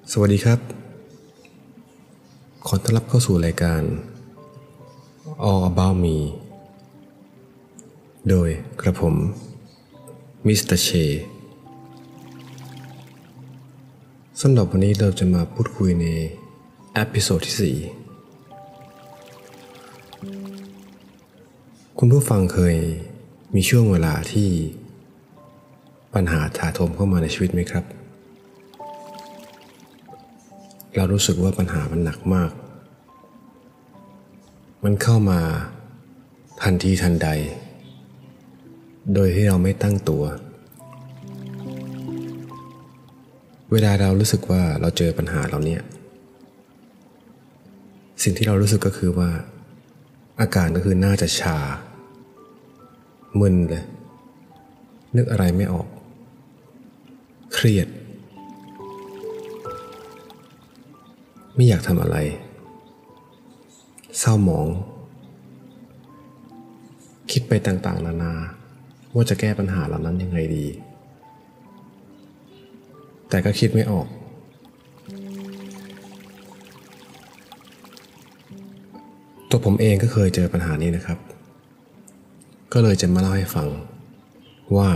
สวัสดีครับขอต้อนรับเข้าสู่รายการ All About Me โดยกระผมมิสเตอร์เชสำหรับวันนี้เราจะมาพูดคุยในเอพิโซดที่4คุณผู้ฟังเคยมีช่วงเวลาที่ปัญหาถาโถมเข้ามาในชีวิตไหมครับเรารู้สึกว่าปัญหามันหนักมากมันเข้ามาทันทีทันใดโดยที่เราไม่ตั้งตัวเวลาเรารู้สึกว่าเราเจอปัญหาเราเนี่ยสิ่งที่เรารู้สึกก็คือว่าอาการก็คือน่าจะชามึนเลยนึกอะไรไม่ออกเครียดไม่อยากทำอะไรเศร้าหมองคิดไปต่างๆนานาว่าจะแก้ปัญหาเหล่านั้นยังไงดีแต่ก็คิดไม่ออกตัวผมเองก็เคยเจอปัญหานี้นะครับก็เลยจะมาเล่าให้ฟังว่า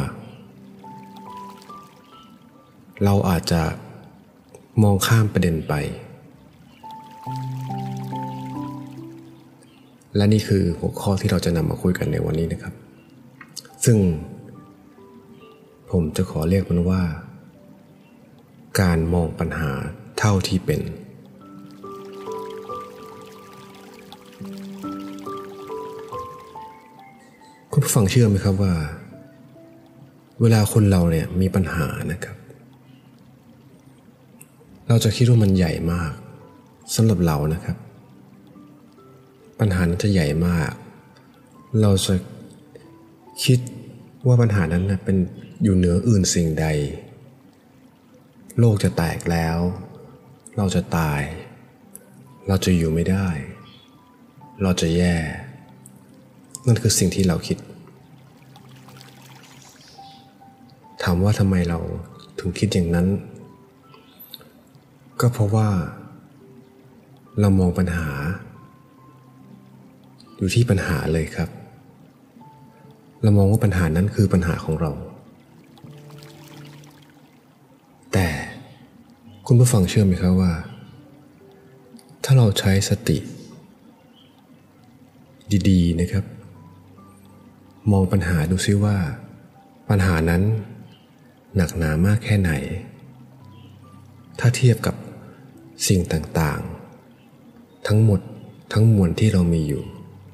เราอาจจะมองข้ามประเด็นไปและนี่คือหัวข้อที่เราจะนำมาคุยกันในวันนี้นะครับซึ่งผมจะขอเรียกมันว่าการมองปัญหาเท่าที่เป็นคุณผู้ฟังเชื่อไหมครับว่าเวลาคนเราเนี่ยมีปัญหานะครับเราจะคิดว่ามันใหญ่มากสำหรับเรานะครับปัญหานั้นจะใหญ่มากเราจะคิดว่าปัญหานั้นเป็นอยู่เหนืออื่นสิ่งใดโลกจะแตกแล้วเราจะตายเราจะอยู่ไม่ได้เราจะแย่นั่นคือสิ่งที่เราคิดถามว่าทำไมเราถึงคิดอย่างนั้นก็เพราะว่าเรามองปัญหาอยู่ที่ปัญหาเลยครับเรามองว่าปัญหานั้นคือปัญหาของเราแต่คุณผู้ฟังเชื่อไหมครับว่าถ้าเราใช้สติดีๆนะครับมองปัญหาดูซิว่าปัญหานั้นหนักหนามากแค่ไหนถ้าเทียบกับสิ่งต่างๆทั้งหมดทั้งมวลที่เรามีอยู่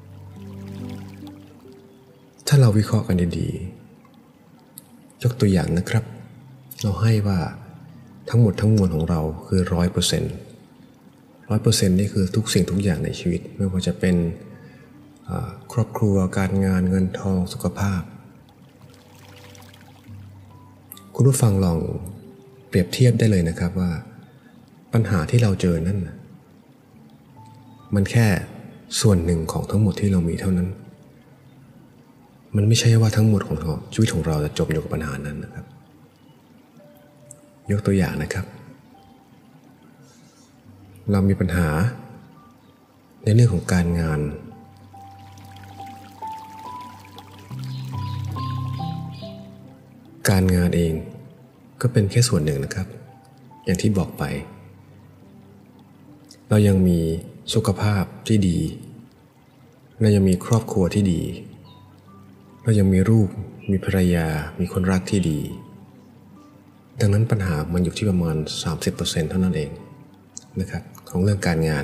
ถ้าเราวิเคราะห์กันดีๆยกตัวอย่างนะครับเราให้ว่าทั้งหมดทั้งมวลของเราคือ 100% 100% นี่คือทุกสิ่งทุกอย่างในชีวิตไม่ว่าจะเป็นครอบครัวการงานเงินทองสุขภาพคุณผู้ฟังลองเปรียบเทียบได้เลยนะครับว่าปัญหาที่เราเจอนั่นมันแค่ส่วนหนึ่งของทั้งหมดที่เรามีเท่านั้นมันไม่ใช่ว่าทั้งหมดของชีวิตของเราจะจบอยู่กับปัญหานั้นนะครับยกตัวอย่างนะครับเรามีปัญหาในเรื่องของการงานการงานเองก็เป็นแค่ส่วนหนึ่งนะครับอย่างที่บอกไปเรายังมีสุขภาพที่ดีเรายังมีครอบครัวที่ดีเรายังมีลูกมีภรรยามีคนรักที่ดีดังนั้นปัญหามันอยู่ที่ประมาณ 30% เท่านั้นเองนะครับของเรื่องการงาน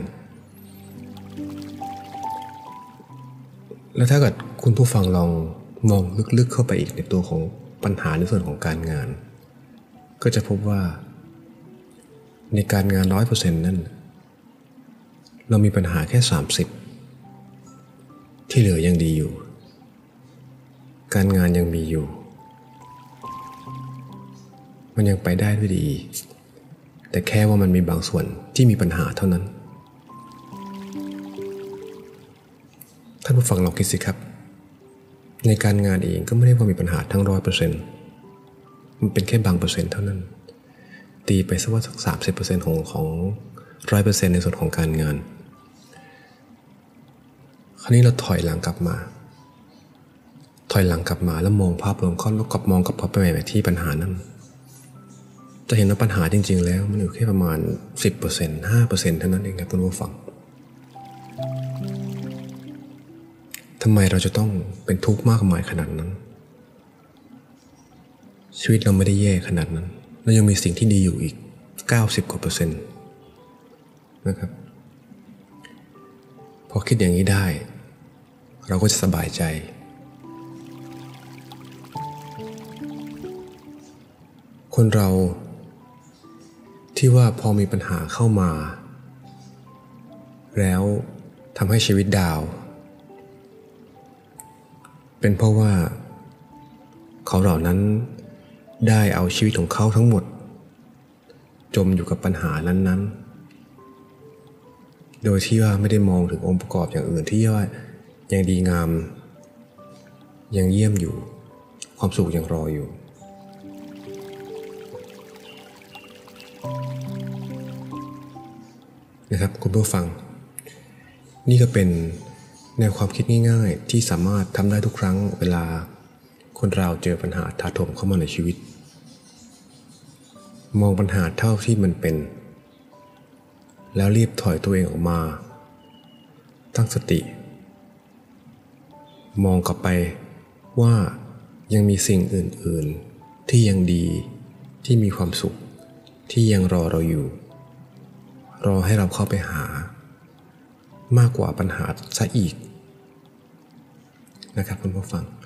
แล้วถ้าเกิดคุณผู้ฟังลองมองลึกๆเข้าไปอีกในตัวของปัญหาในส่วนของการงานก็จะพบว่าในการงาน 100% นั้นเรามีปัญหาแค่ 30ที่เหลือยังดีอยู่การงานยังมีอยู่มันยังไปได้ด้วยดีแต่แค่ว่ามันมีบางส่วนที่มีปัญหาเท่านั้นท่านผู้ฟังลองคิดสิครับในการงานเองก็ไม่ได้ว่ามีปัญหาทั้ง 100% มันเป็นแค่บางเปอร์เซ็นต์เท่านั้นตีไปสักว่าสัก30%ของ100%ในส่วนของการงานคราวนี้เราถอยหลังกลับมาแล้วมองภาพรวมแล้วกลับมองกับพอไปแบบที่ปัญหานั้นจะเห็นว่าปัญหาจริงๆแล้วมันอยู่แค่ประมาณ 10% 5% เท่านั้นเองครับคุณผู้ฟังทำไมเราจะต้องเป็นทุกข์มากมายขนาดนั้นชีวิตเราไม่ได้แย่ขนาดนั้นเรายังมีสิ่งที่ดีอยู่อีก90%นะครับพอคิดอย่างนี้ได้เราก็จะสบายใจคนเราที่ว่าพอมีปัญหาเข้ามาแล้วทำให้ชีวิตดาวเป็นเพราะว่าเขาเหล่านั้นได้เอาชีวิตของเขาทั้งหมดจมอยู่กับปัญหานั้นๆโดยที่ว่าไม่ได้มองถึงองค์ประกอบอย่างอื่นที่ว่ายังดีงามยังเยี่ยมอยู่ความสุขยังรออยู่นะครับคุณผู้ฟังนี่ก็เป็นแนวความคิดง่ายๆที่สามารถทำได้ทุกครั้งเวลาคนเราเจอปัญหาถาโถมเข้ามาในชีวิตมองปัญหาเท่าที่มันเป็นแล้วรีบถอยตัวเองออกมาตั้งสติมองกลับไปว่ายังมีสิ่งอื่นๆที่ยังดีที่มีความสุขที่ยังรอเราอยู่รอให้เราเข้าไปหามากกว่าปัญหาซะอีกนะครับคุณผู้ฟัง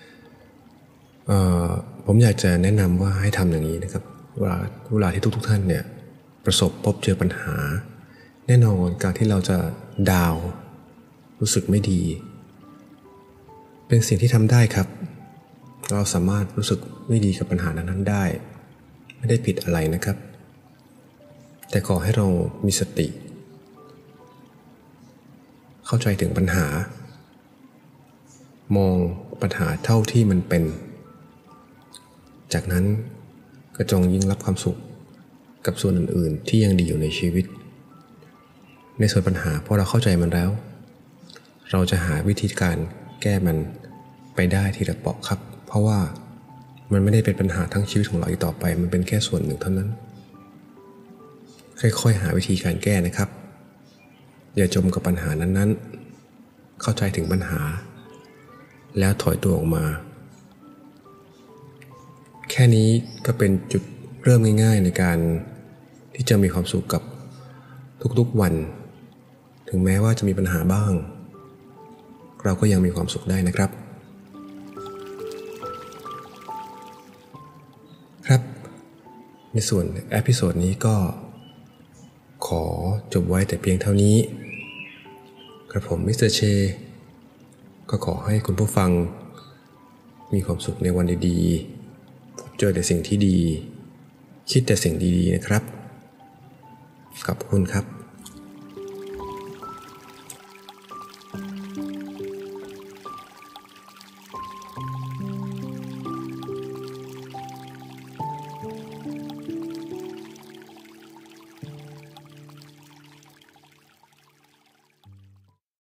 ผมอยากจะแนะนำว่าให้ทำอย่างนี้นะครับเวลาที่ทุกท่านเนี่ยประสบพบเจอปัญหาแน่นอนการที่เราจะดาวรู้สึกไม่ดีเป็นสิ่งที่ทำได้ครับเราสามารถรู้สึกไม่ดีกับปัญหานั้นได้ไม่ได้ผิดอะไรนะครับแต่ขอให้เรามีสติเข้าใจถึงปัญหามองปัญหาเท่าที่มันเป็นจากนั้นก็จงยิ่งรับความสุขกับส่วนอื่นๆที่ยังดีอยู่ในชีวิตในส่วนปัญหาพอเราเข้าใจมันแล้วเราจะหาวิธีการแก้มันไปได้ทีละเปาะครับเพราะว่ามันไม่ได้เป็นปัญหาทั้งชีวิตของเราอีกต่อไปมันเป็นแค่ส่วนหนึ่งเท่านั้นค่อยๆหาวิธีการแก้นะครับอย่าจมกับปัญหานั้นๆเข้าใจถึงปัญหาแล้วถอยตัวออกมาแค่นี้ก็เป็นจุดเริ่มง่ายๆในการที่จะมีความสุขกับทุกๆวันถึงแม้ว่าจะมีปัญหาบ้างเราก็ยังมีความสุขได้นะครับครับในส่วนเอพิโซดนี้ก็ขอจบไว้แต่เพียงเท่านี้กระผมมิสเตอร์เชก็ขอให้คุณผู้ฟังมีความสุขในวันดีๆพบเจอแต่สิ่งที่ดีคิดแต่สิ่งดีๆนะครับขอบคุณครับ